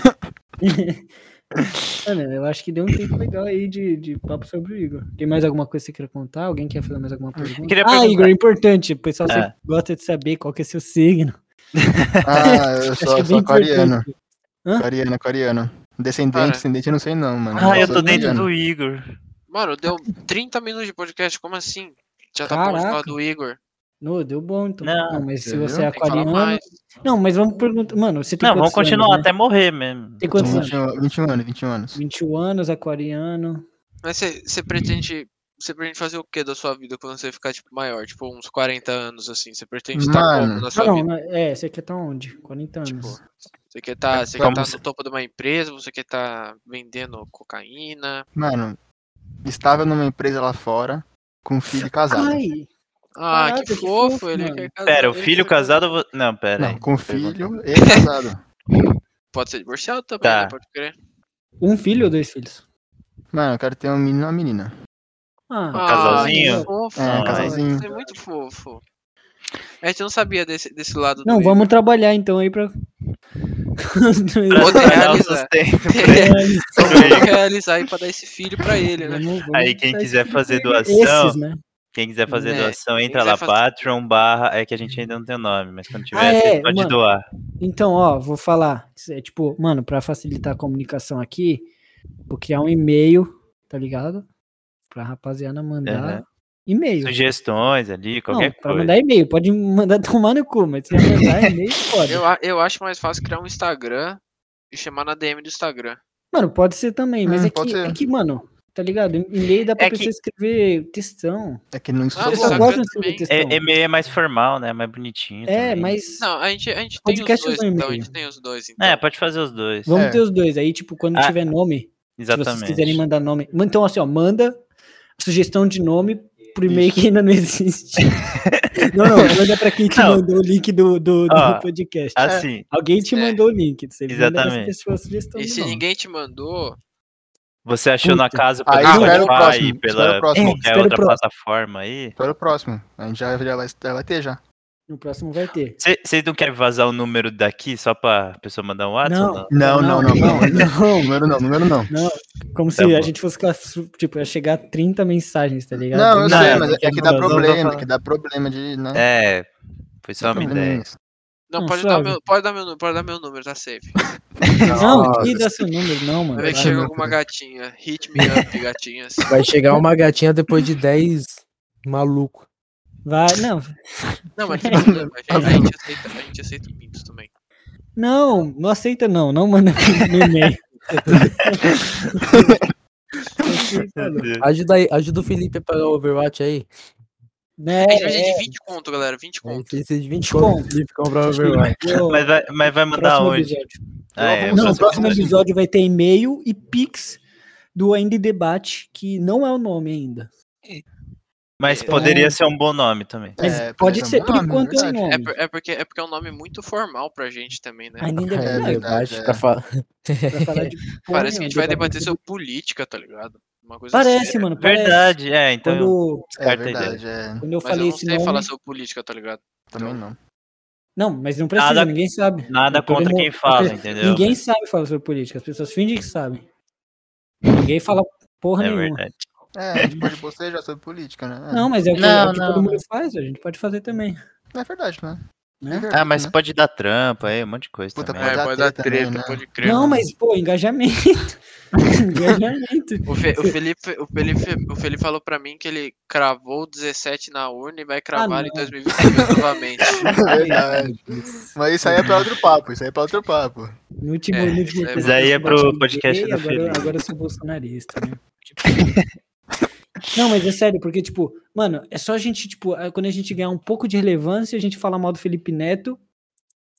Mano, eu acho que deu um tempo legal aí de papo sobre o Igor. Tem mais alguma coisa que você quer contar? Alguém quer fazer mais alguma pergunta? Igor, é importante. O pessoal sempre gosta de saber qual que é seu signo.
Eu sou aquariano. Aquariano. Descendente eu não sei não, mano.
Eu tô dentro do Igor.
Mano, deu 30 minutos de podcast, como assim? Já tá bom de falar do Igor.
Não, deu bom, então.
Não,
mas se você é aquariano... Não, mas vamos perguntar... Mano, você tem
vamos continuar
anos, né?
até morrer mesmo.
Tem quantos anos?
21 anos.
21 anos, aquariano.
Mas você pretende fazer o que da sua vida quando você ficar, tipo, maior? Tipo, uns 40 anos, assim. Você pretende estar como na sua vida?
Você quer estar onde? 40 anos.
Tipo, você quer estar no topo de uma empresa? Você quer estar vendendo cocaína?
Mano, estava numa empresa lá fora, com um filho casado.
Caraca,
que fofo, ele quer casar.
Pera, o filho casado... Não, pera aí.
Com filho e casado.
Pode ser divorciado também, né? Pode crer.
Um filho ou 2 filhos?
Mano, eu quero ter um menino e uma menina.
Um casalzinho?
Fofo,
um casalzinho.
Isso é muito fofo. A gente não sabia desse lado
do Igor. Vamos trabalhar então aí pra...
realizar aí pra dar esse filho pra ele, né?
Vamos aí quem quiser fazer doação...
né?
Quem quiser fazer doação, entra lá, Patreon / é que a gente ainda não tem o nome, mas quando tiver, você pode doar.
Então, vou falar. Tipo, mano, pra facilitar a comunicação aqui, vou criar um e-mail, tá ligado? Pra rapaziada mandar e-mail.
Sugestões ali, qualquer coisa.
Pra mandar e-mail, pode mandar tomar no cu, mas se mandar e-mail, pode.
Eu acho mais fácil criar um Instagram e chamar na DM do Instagram.
Mano, pode ser também, mas é que, mano... Tá ligado? E-mail dá pra pessoa escrever textão.
É que não
só gosta de escrever textão.
E-mail é mais formal, né? Mais bonitinho. Também.
Mas...
Não, a gente tem os dois, então. A gente tem os dois, então.
Pode fazer os dois.
Vamos ter os dois. Aí, tipo, quando tiver nome...
Exatamente.
Se vocês quiserem mandar nome... Então, assim, manda sugestão de nome pro e-mail que ainda não existe. Não, manda pra quem te mandou o link do podcast.
Assim.
Alguém te mandou o link. Você
exatamente.
Pessoa, sugestão
e se ninguém te mandou...
Você achou na casa pelo Spotify e pela qualquer outra plataforma aí?
Espera o próximo. A gente já vai ter já.
No próximo vai ter.
Vocês não querem vazar o número daqui só pra pessoa mandar um WhatsApp?
Não. Número não.
Não, como se a gente fosse, tipo, ia chegar a 30 mensagens, tá ligado?
Não, eu sei, mas é que dá problema, de, né?
Foi só uma ideia.
Não, pode dar meu número, tá safe.
Não, que dá seu número, não, mano.
Vai que chega alguma gatinha. Hit me up, gatinhas.
Vai chegar uma gatinha depois de 10 maluco.
Vai, não.
Não, mas a gente aceita pintos também.
Não aceita não manda no e-mail.
Ajuda o Felipe a pagar o Overwatch aí.
Né?
A gente vai ser de 20 conto, galera. 20 conto.
Precisa de 20 conto. Felipe comprar o Overwatch.
Mas vai mandar hoje.
No próximo episódio vai ter e-mail e pix do Ainda Debate, que não é o nome ainda.
Mas poderia ser um bom nome também.
Mas pode ser, por enquanto é um nome.
É porque é um nome muito formal pra gente também, né?
Ainda Debate.
Pra falar
de
Parece que a gente vai debater sobre política, tá ligado? Uma coisa
parece,
séria.
mano. Parece.
Verdade, então.
Quando eu falei esse nome.
Não sei falar sobre política, tá ligado?
Também não.
Não, mas não precisa, ninguém sabe.
Nada contra quem fala, entendeu?
Ninguém sabe falar sobre política, as pessoas fingem que sabem. Ninguém fala porra nenhuma.
Verdade.
A gente pode bocejar sobre política, né?
Não, mas é o que todo mundo faz, a gente pode fazer também.
É verdade, né?
Mas pode dar trampa aí, um monte de coisa também.
Pode dar treta, né? Pode crer.
Não, mas, engajamento. Engajamento.
O Felipe falou pra mim que ele cravou 17 na urna e vai cravar em 2022 novamente.
Verdade. Mas isso aí é pra outro papo.
No último
Isso aí é pro podcast do Felipe.
Agora eu sou bolsonarista, né? Não, mas é sério, porque, tipo, mano, é só a gente, tipo, quando a gente ganhar um pouco de relevância, a gente fala mal do Felipe Neto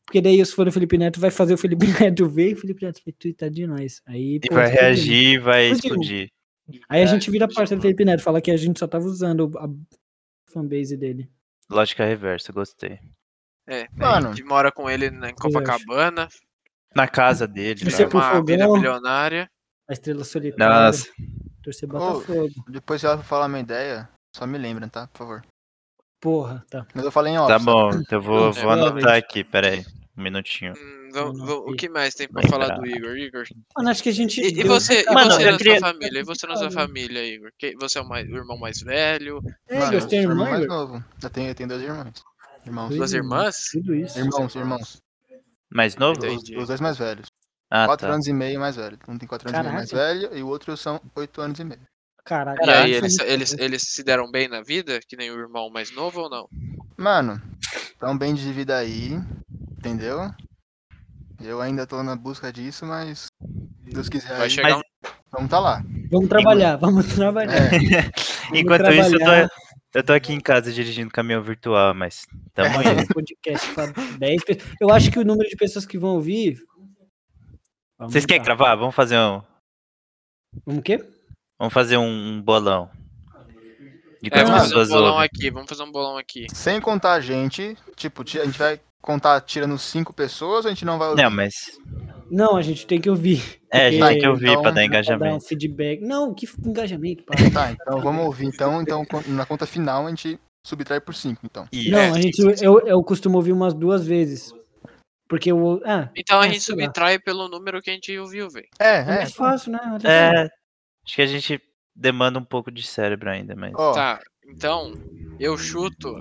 Porque daí, se for o Felipe Neto, vai fazer o Felipe Neto ver e o Felipe Neto vai twittar de nós. Aí,
E vai reagir e vai
explodiu.
explodir.
Aí a gente vira parceiro do Felipe Neto, fala que a gente só tava usando a fanbase dele.
Lógica reversa, gostei.
Mano.
A gente mora com ele em Copacabana.
Na casa dele.
Torcer pro
Uma vida
Fogão,
milionária.
a Estrela Solitária,
Nossa.
torcer Botafogo.
Depois se ela falar uma ideia, só me lembra, tá? Por favor.
Porra, tá.
Mas eu falei em off.
Tá
sabe?
bom, então eu vou
Não,
anotar aqui, peraí. Um minutinho.
O que mais tem pra
Lembrar.
falar do Igor? Igor?
Mano, acho que a gente.
E
deu
você,
recado.
Mano,
você
eu
na
queria-
sua família? E você na sua família, Igor? Você é o irmão mais velho?
É,
Mano,
Igor,
eu
você tem
sou o
irmão,
irmão mais
Igor?
novo. Eu tenho 2 irmãos. Irmãos.
Duas irmãs?
Tudo isso.
Irmãos.
Mais novo?
Entendi.
Os 2 mais velhos.
Ah,
4
tá.
anos e meio mais velho. Um tem 4 anos e meio mais velho e o outro são 8 anos e meio.
Caralho.
E aí,
Caralho.
eles se deram bem na vida? Que nem o irmão mais novo ou não?
Mano, tão bem de vida aí, entendeu? Eu ainda tô na busca disso, mas se Deus quiser
Vai
aí,
chegar
vamos tá lá.
Vamos trabalhar, vamos trabalhar.
Enquanto isso,
trabalhar.
eu tô aqui em casa dirigindo caminhão virtual, mas tamo
Olha,
indo.
esse podcast pra 10 pessoas. Eu acho que o número de pessoas que vão ouvir. Vamos
Vocês querem
aumentar.
gravar? Vamos fazer
Vamos o quê?
um bolão. De
Vamos
quantas
fazer um
pessoas
bolão
ouvem?
aqui, vamos fazer um bolão aqui.
Sem contar a gente, tipo, a gente vai contar tirando 5 pessoas, a gente não vai ouvir.
Não, mas...
Não, a gente tem que ouvir.
É, a gente
porque
tem que ouvir
então,
pra dar
Pra dar um
engajamento.
feedback. Não, que engajamento, pá.
Tá, então vamos ouvir. Então, na conta final a gente subtrai por 5, então.
E
Não, a gente, eu costumo ouvir umas 2 vezes. Porque eu.
Então a gente
sei lá.
subtrai pelo número que a gente ouviu, velho.
É mais fácil, né? Olha só.
acho que a gente demanda um pouco de cérebro ainda, mas...
Ó,
Tá, então, eu chuto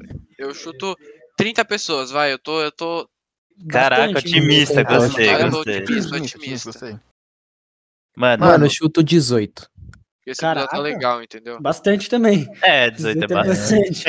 30 pessoas, vai, eu tô
Caraca,
Bastante,
otimista,
né?
gostei,
eu tô
gostei.
otimista.
gostei.
Mano,
Mano, eu chuto 18.
Esse episódio tá
Caraca.
legal, entendeu?
Bastante também.
18 é bastante.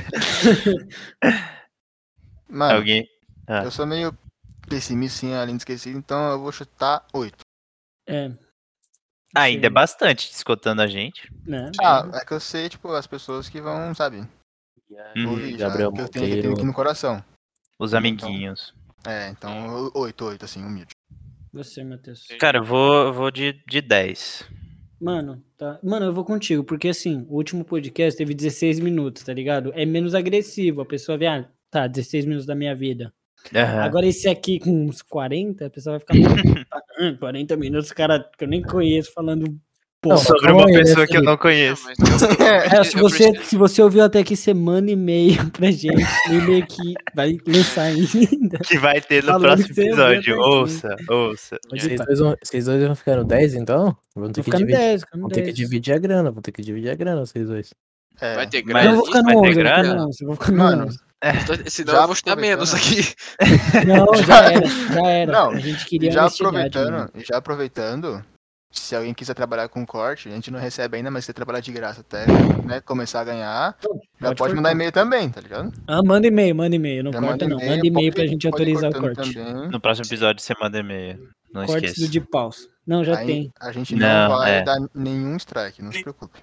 Mano,
Alguém... Ah.
eu sou meio pessimista, sim, além de esquecido, então eu vou chutar 8.
É.
Ainda é bastante, escutando a gente.
Né?
É que eu sei, tipo, as pessoas que vão, sabe,
Uhum.
ouvir, já,
Gabriel
que eu tenho
Monteiro.
aqui no coração.
Os amiguinhos.
Então 8, assim, humilde.
Você, Matheus.
Cara, eu vou de 10.
Mano, tá. Mano, eu vou contigo, porque assim, o último podcast teve 16 minutos, tá ligado? É menos agressivo. A pessoa vê, tá, 16 minutos da minha vida.
Aham.
Agora esse aqui com uns 40, a pessoa vai ficar. 40 minutos, cara, que eu nem conheço, falando. Pô,
Sobre
calma
uma
aí, né,
pessoa que eu
Felipe?
não conheço.
se você ouviu até aqui, você manda e-mail pra gente. Um e-mail que vai lançar ainda.
Que vai ter no
Falando
próximo
que você ouviu
episódio.
até aqui.
Ouça.
Pode ir,
Vocês dois vão ficar no 10, então? Vão ter
Vou
que
ficar no
dividir.
10, ficar no
Vão ter que
10.
dividir a grana, vocês dois.
Vai ter
Mas-
grana.
Não, eu vou ficar no
vai ter
11, eu vou ficar
grana?
no 11, eu vou ficar no
Mano,
11.
Senão
Já
eu vou chutar menos aqui.
Não, já era.
Não,
A gente queria
já
honestidade, mano.
aproveitando, se alguém quiser trabalhar com corte, a gente não recebe ainda, mas se você trabalhar de graça até, né, começar a ganhar, já pode mandar e-mail também, tá ligado?
Manda e-mail, não
Já
corta não.
e-mail,
Manda e-mail pra
pode-
gente
pode ir
autorizar o
cortando
corte.
também.
No próximo episódio você manda e-mail. Não
Cortes
esqueça.
do de paus. Não, já
Aí
tem.
A gente
Não,
não vai
é.
dar nenhum strike, não se preocupe.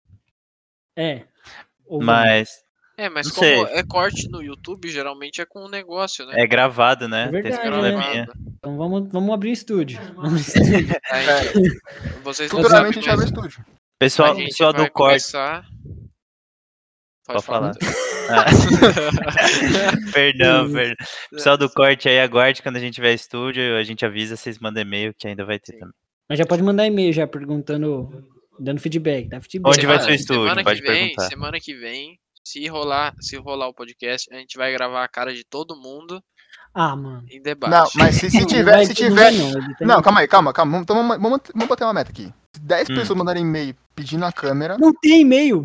Ou
Mas
Mas
Não
como
sei.
é corte no YouTube, geralmente é com um negócio, né?
é gravado, né?
É verdade,
Tem esse
né?
probleminha.
Então vamos abrir estúdio. Vamos abrir estúdio.
Aí, vocês não
Futuramente a gente
sabem,
abre
mas
estúdio.
Pessoal,
a gente
pessoal
vai
do corte.
começar...
Pode falar. Perdão. Pessoal do corte aí, aguarde quando a gente tiver estúdio, a gente avisa, vocês mandam e-mail que ainda vai ter também.
Mas já pode mandar e-mail já perguntando, dando feedback, dá feedback.
Onde vai ser o estúdio?
Semana
Pode
que vem,
perguntar.
semana que vem, se rolar o podcast, a gente vai gravar a cara de todo mundo
Mano.
em debate.
Não, mas se tiver. Não, calma aí. Então vamos bater uma meta aqui. Se 10 pessoas mandarem e-mail pedindo a câmera.
Não tem e-mail.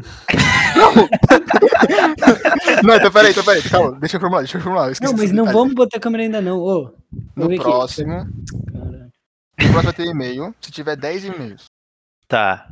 Não, então peraí, calma, deixa eu formular.
Não,
esqueci
mas
esse
não
detalhe.
vamos botar a câmera ainda não. Ô, vamos
No
ver aqui.
próximo
Caralho.
vai ter e-mail. Se tiver 10 e-mails
Tá.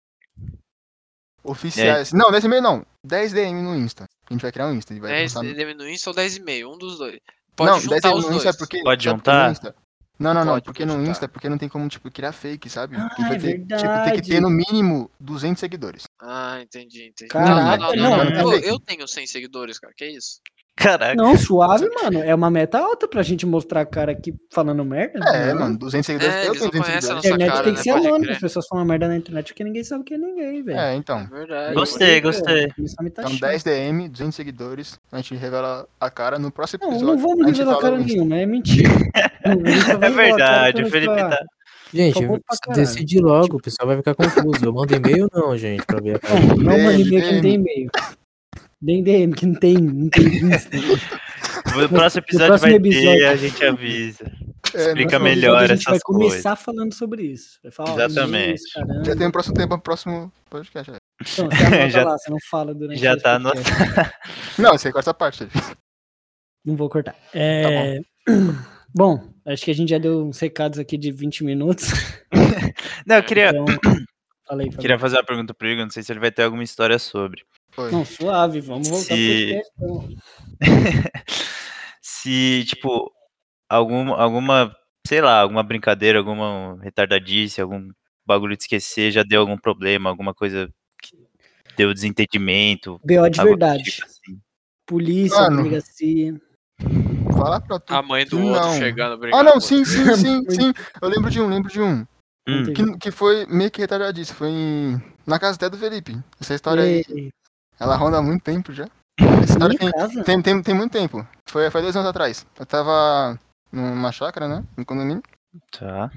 oficiais. Não, 10 e-mail não. 10 DM no Insta. A gente vai criar um Insta. E vai
10
lançar...
DM no Insta ou 10 e-mail, um dos dois. Pode
Não, 10
juntar
DM
os
no
dois.
Insta é porque.
Pode
sabe
juntar?
no Insta? Não,
Pode,
porque
pode
no
juntar.
Insta, porque não tem como, tipo, criar fake, sabe?
Ah,
A gente vai
é
ter, tipo, tem que
verdade.
ter no mínimo 200 seguidores.
Ah, entendi.
Caraca,
não.
não.
Eu tenho 100 seguidores, cara, que isso?
Caraca.
Não, suave, mano. É uma meta alta pra gente mostrar a cara aqui falando merda.
Mano, 200 seguidores. Eu
eles
tenho
não
200
conhecem a
A
seguidores.
nossa
internet
cara,
tem que
né?
ser
Pode
anônimo.
crer.
As pessoas falam merda na internet porque ninguém sabe quem é ninguém, velho.
Então.
É verdade.
Gostei.
Isso me tá
Então,
chato.
10 DM, 200 seguidores. A gente revela a cara no próximo
Não,
episódio.
não vamos
a gente
revelar
fala
cara
o Insta.
nenhuma, é mentira. A gente só vai
É
revelar a cara
verdade,
quando
o Felipe
ficar
tá.
Gente,
famoso pra caralho.
decide logo, o pessoal vai ficar confuso. Eu mando e-mail ou não, gente, pra ver a cara.
Não, mano,
DM,
e-mail que não tem e-mail. Nem DM, que não tem Insta.
No próximo episódio
próximo
vai
episódio.
ter, a gente avisa. Explica
No
melhor
episódio a gente vai
essas coisas.
começar falando sobre isso. Vai falar, ó,
Exatamente.
e-mails, caramba.
Já tem o próximo tempo, o próximo podcast.
Então, você anota
Já-
lá, você não fala durante
Já
esse
tá
podcast.
Não, você corta essa parte.
Não vou cortar. Bom, acho que a gente já deu uns recados aqui de 20 minutos.
Não, eu queria,
Então, falei.
queria fazer uma pergunta pro Igor, não sei se ele vai ter alguma história sobre.
Foi.
Não, suave, vamos voltar pro podcast. Então.
Se, tipo, alguma, sei lá, alguma brincadeira, alguma retardadice, algum bagulho de esquecer, já deu algum problema, alguma coisa que deu desentendimento.
BO de
algo do
verdade.
tipo assim.
Polícia,
Mano.
delegacia.
Fala pra tu.
A mãe do
que
outro
não.
chegando
Ah,
brigando.
não,
com
sim.
Muito.
Eu lembro de um.
Hum,
Que foi meio que retardadice. Foi na casa até do Felipe. Essa história aí,
E...
ela ronda há muito tempo já. Essa história
Minha casa?
tem muito tempo. Foi 2 anos atrás. Eu tava numa chácara, né? No condomínio.
tá.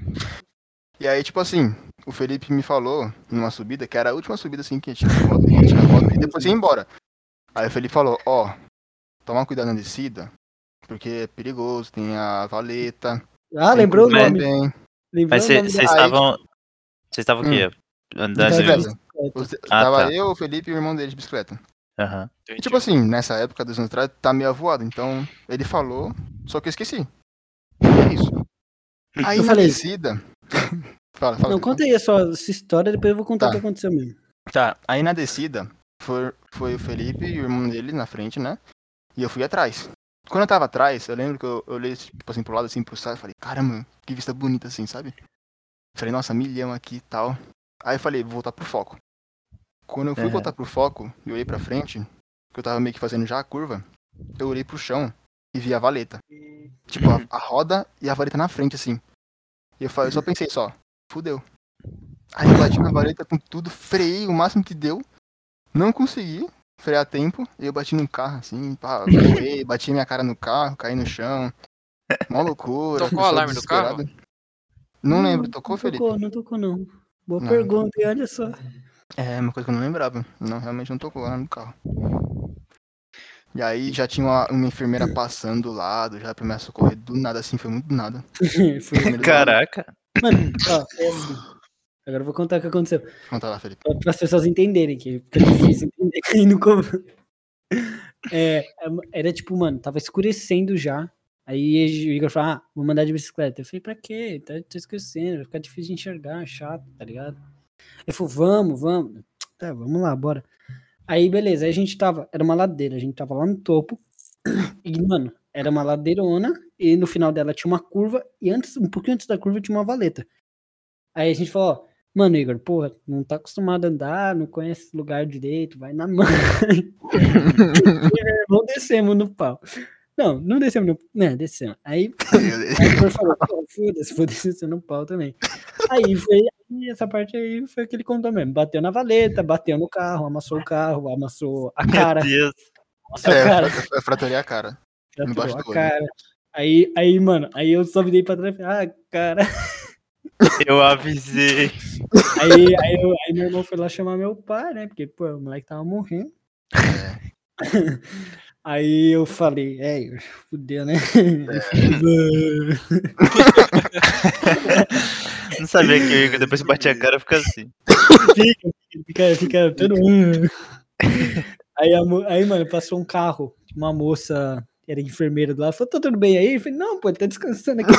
E aí, tipo assim, o Felipe me falou numa subida, que era a última subida assim que a gente tinha foto, e depois ia embora. Aí o Felipe falou, toma cuidado na descida, porque é perigoso, tem a valeta.
Ah, lembrou o
Mas-
nome.
Também.
Lembrou
Mas
o nome
vocês
da...
estavam. Vocês estavam o quê? Andando
Então,
Bicicleta.
de bicicleta.
Tava
tá.
eu, o Felipe e o irmão dele de bicicleta.
Aham.
E tipo assim, nessa época, 2 anos atrás, tá meio avoado. Então, ele falou, só que eu esqueci. E é isso. Aí
Eu
na
falei.
descida... fala.
Não, conta aí a sua história, depois eu vou contar
Tá.
o que aconteceu mesmo.
Tá, aí na descida, foi o Felipe e o irmão dele na frente, né? E eu fui atrás. Quando eu tava atrás, eu lembro que eu olhei, tipo assim, pro lado, assim, pro céu, e falei, caramba, que vista bonita, assim, sabe? Falei, nossa, milhão aqui e tal. Aí eu falei, vou voltar pro foco. Quando eu fui
Uhum.
voltar pro foco, e olhei pra frente, que eu tava meio que fazendo já a curva, eu olhei pro chão e vi a valeta. Tipo, a roda e a valeta na frente, assim. E eu só pensei só, fudeu. Aí eu bati na valeta com tudo, freiei o máximo que deu, não consegui frear a tempo, e eu bati no carro, assim, pá, voei, bati minha cara no carro, caí no chão. Mó loucura.
Tocou o
pessoal
alarme do carro?
desesperado. Não lembro, tocou, Felipe?
Não tocou, não. Boa
Não.
pergunta, e olha só.
É uma coisa que eu não lembrava. Não, realmente não tocou lá no carro. E aí já tinha uma enfermeira passando do lado, já pra me socorrer do nada, assim, foi muito do nada.
Foi.
Caraca.
Mano, ó, é assim. Agora eu vou contar o que aconteceu.
Conta lá, Felipe.
Para as pessoas entenderem, que fica difícil entender aí no começo. Era tipo, mano, tava escurecendo já. Aí o Igor falou, vou mandar de bicicleta. Eu falei, pra quê? Tá escurecendo, vai ficar difícil de enxergar, chato, tá ligado? Ele falou, vamos. Tá, vamos lá, bora. Aí, beleza, aí a gente tava, era uma ladeira, a gente tava lá no topo. E, mano, era uma ladeirona, e no final dela tinha uma curva, e um pouquinho antes da curva tinha uma valeta. Aí a gente falou, ó, mano, Igor, porra, não tá acostumado a andar, não conhece esse lugar direito, vai na mãe. Não descemos no pau. Não descemos no pau. Não, descemos. Aí o Igor falou, foda-se, vou descer no pau também. Aí foi, essa parte aí foi o que ele contou mesmo. Bateu na valeta, bateu no carro, amassou a cara.
Meu Deus.
Amassou a cara.
Eu fraturei a cara.
Fraturou
embaixo
a
do olho.
cara. Aí, mano, aí eu só virei pra trás e falei, cara.
Eu avisei.
Aí meu irmão foi lá chamar meu pai, né? Porque, pô, o moleque tava morrendo. Aí eu falei, fudeu, né?
Não sabia que o Igor depois que batia a cara fica assim.
Fica todo. Aí, mano, passou um carro, uma moça, era enfermeira do lado, falou, tá tudo bem aí? Eu falei, não, pô, ele tá descansando aqui.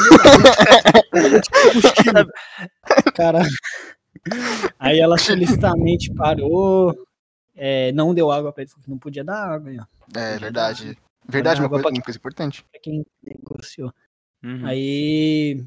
Cara. Aí ela solicitamente parou, não deu água pra ele, falou que não podia dar água. Aí, ó.
É verdade. Verdade, uma coisa importante.
Pra quem negociou.
Uhum.
Aí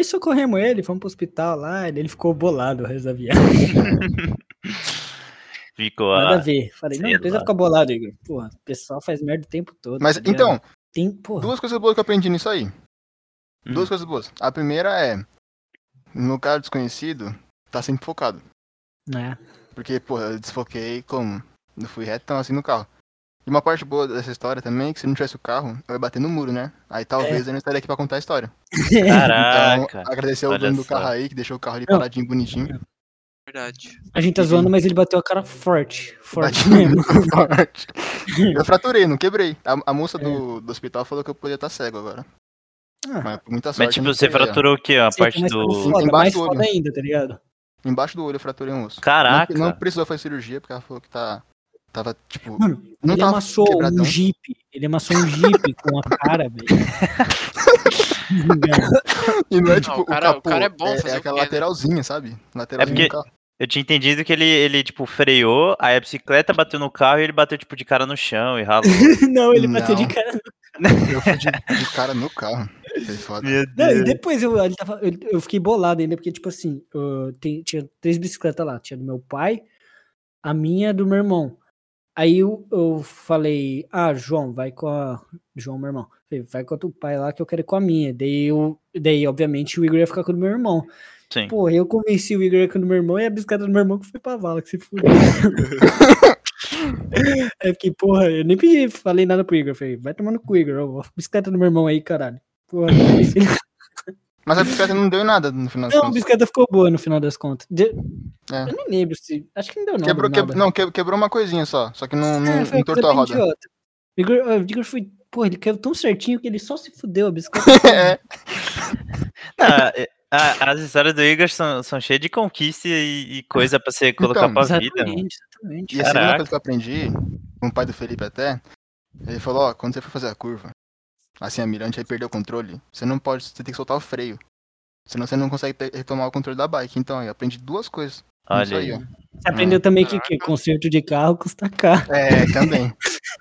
socorremos ele, fomos pro hospital lá, ele ficou bolado o resto da viagem.
Ficou
Nada a ver. Falei,
sei
não precisa
lá.
ficar bolado, Igor. Porra, o pessoal faz merda o tempo todo.
Mas,
tá ligado?
então,
Tem, porra.
duas coisas boas que eu aprendi nisso aí. Duas coisas boas. A primeira é, no cara desconhecido, tá sempre focado.
É.
Porque, porra, eu desfoquei como? Eu fui retão assim no carro. E uma parte boa dessa história também é que se não tivesse o carro, eu ia bater no muro, né? Aí talvez eu não estaria aqui pra contar a história.
Caraca.
Então, agradecer ao
olha
dono do
só.
carro aí, que deixou o carro ali
Não.
paradinho, bonitinho.
Verdade.
A gente tá zoando, mas ele bateu a cara forte. Forte
Bati
mesmo.
forte. Eu fraturei, não quebrei. A moça do hospital falou que eu podia estar cego agora.
Ah,
Mas por muita sorte.
Mas tipo,
eu não
você
quebrei, ó.
fraturou o quê? A
Você
parte
tem mais
do.
foda,
Embaixo
mais
do olho.
foda ainda, tá ligado?
Embaixo do olho eu fraturei um osso.
Caraca.
Não precisou fazer cirurgia, porque ela falou que tava, tipo...
Mano,
não
ele
tava
amassou
quebradão.
um Jeep. Ele amassou um Jeep com a cara, velho.
E não é tipo,
o cara
capô,
é bom fazer
é
o
aquela
quê, né?
lateralzinha, sabe? Lateralzinha
É
do
porque-
carro.
Eu tinha entendido que ele, tipo, freou, aí a bicicleta bateu no carro e ele bateu, tipo, de cara no chão e ralou.
Não, ele bateu de
Não.
cara.
Eu fui de cara no carro. Foi foda.
Meu
Não, e
Deus.
depois eu fiquei bolado ainda, porque, tipo assim, tinha 3 bicicletas lá. Tinha do meu pai, a minha e do meu irmão. Aí eu falei, João, vai com a... João, meu irmão. Falei, vai com o teu pai lá que eu quero ir com a minha. Daí, obviamente, o Igor ia ficar com o do meu irmão.
Sim.
Pô, eu convenci o Igor a ir com o do meu irmão e a bicicleta do meu irmão que foi pra vala, que se fudeu. É que, porra, eu nem falei nada pro Igor. Falei, vai tomando cu, Igor. Ó, a bicicleta do meu irmão aí, caralho. Porra,
Mas a bicicleta não deu em nada no final das
não, a
contas.
bicicleta ficou boa no final das contas.
É.
Eu nem lembro se... Acho que não deu nada.
Quebrou uma coisinha só. Só que não
foi uma coisa
entortou a
bem
roda.
idiota. O Igor foi... Pô, ele caiu tão certinho que ele só se fudeu. A bicicleta
É.
As histórias do Igor são cheias de conquista e coisa pra você colocar
Então,
pra vida, mano.
Exatamente.
E a segunda
Caraca.
coisa que eu aprendi, com o pai do Felipe até, ele falou, ó, quando você for fazer a curva, assim, a mirante aí perdeu o controle, você tem que soltar o freio. Senão você não consegue retomar o controle da bike. Então, eu aprendi 2 coisas.
Olha
Isso
aí.
ó.
Você aprendeu também que conserto de carro custa caro.
É, também.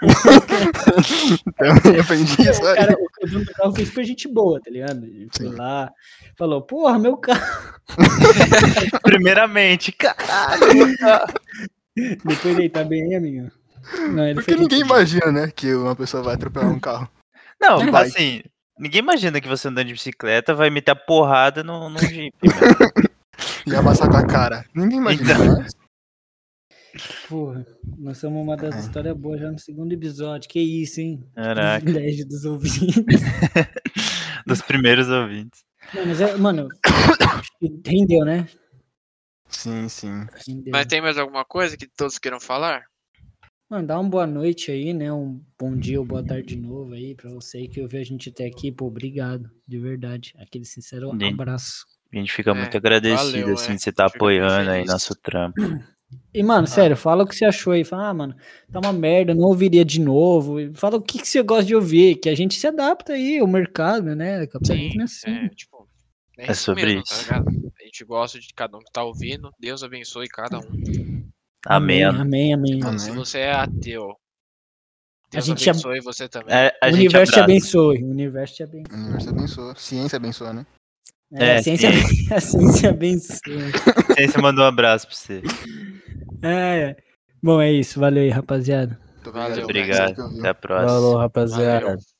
Também aprendi isso aí.
O dono do carro fez super gente boa, tá ligado? Ele foi lá, falou, porra, meu carro.
Primeiramente, caralho, meu carro.
Depois ele tá bem, amigo. Não, ele
Porque
foi
ninguém
gente boa.
imagina, né, que uma pessoa vai atropelar um carro.
Não,
Bike.
assim, ninguém imagina que você andando de bicicleta vai meter a porrada num Jeep, velho.
E amassar com a cara. Ninguém imagina,
Então.
né?
Porra, nós somos uma das histórias boas já no 2º episódio. Que isso, hein?
Caraca.
Privilégio dos ouvintes.
Dos primeiros ouvintes.
Não, mas mano, rendeu, né?
Sim, sim.
Rendeu.
Mas tem mais alguma coisa que todos queiram falar?
Mano, dá uma boa noite aí, né? Um bom dia ou boa tarde de novo aí pra você que ouviu a gente até aqui. Pô, obrigado, de verdade. Aquele sincero abraço.
A gente fica muito
É,
agradecido,
valeu,
assim,
é.
de você estar
Fica bem
apoiando aí
feliz.
nosso trampo.
E, mano, sério, fala o que você achou aí. Fala, mano, tá uma merda, não ouviria de novo. E fala o que você gosta de ouvir, que a gente se adapta aí ao mercado, né? Capitalismo é assim.
Tipo,
É
isso
sobre
mesmo,
isso.
tá ligado? A gente gosta de cada um que tá ouvindo. Deus abençoe cada um.
Amém.
Amém.
Amém.
Se você é ateu, Deus
gente
abençoe você também.
A
O
gente
universo te
abraça.
abençoe. O universo te abençoe.
O universo abençoa. Ciência abençoa, né?
A ciência abençoa.
Ciência mandou um abraço pra você.
Bom, é isso. Valeu aí, rapaziada.
Muito
Valeu,
Obrigado. Até a próxima.
Falou, rapaziada.
Valeu.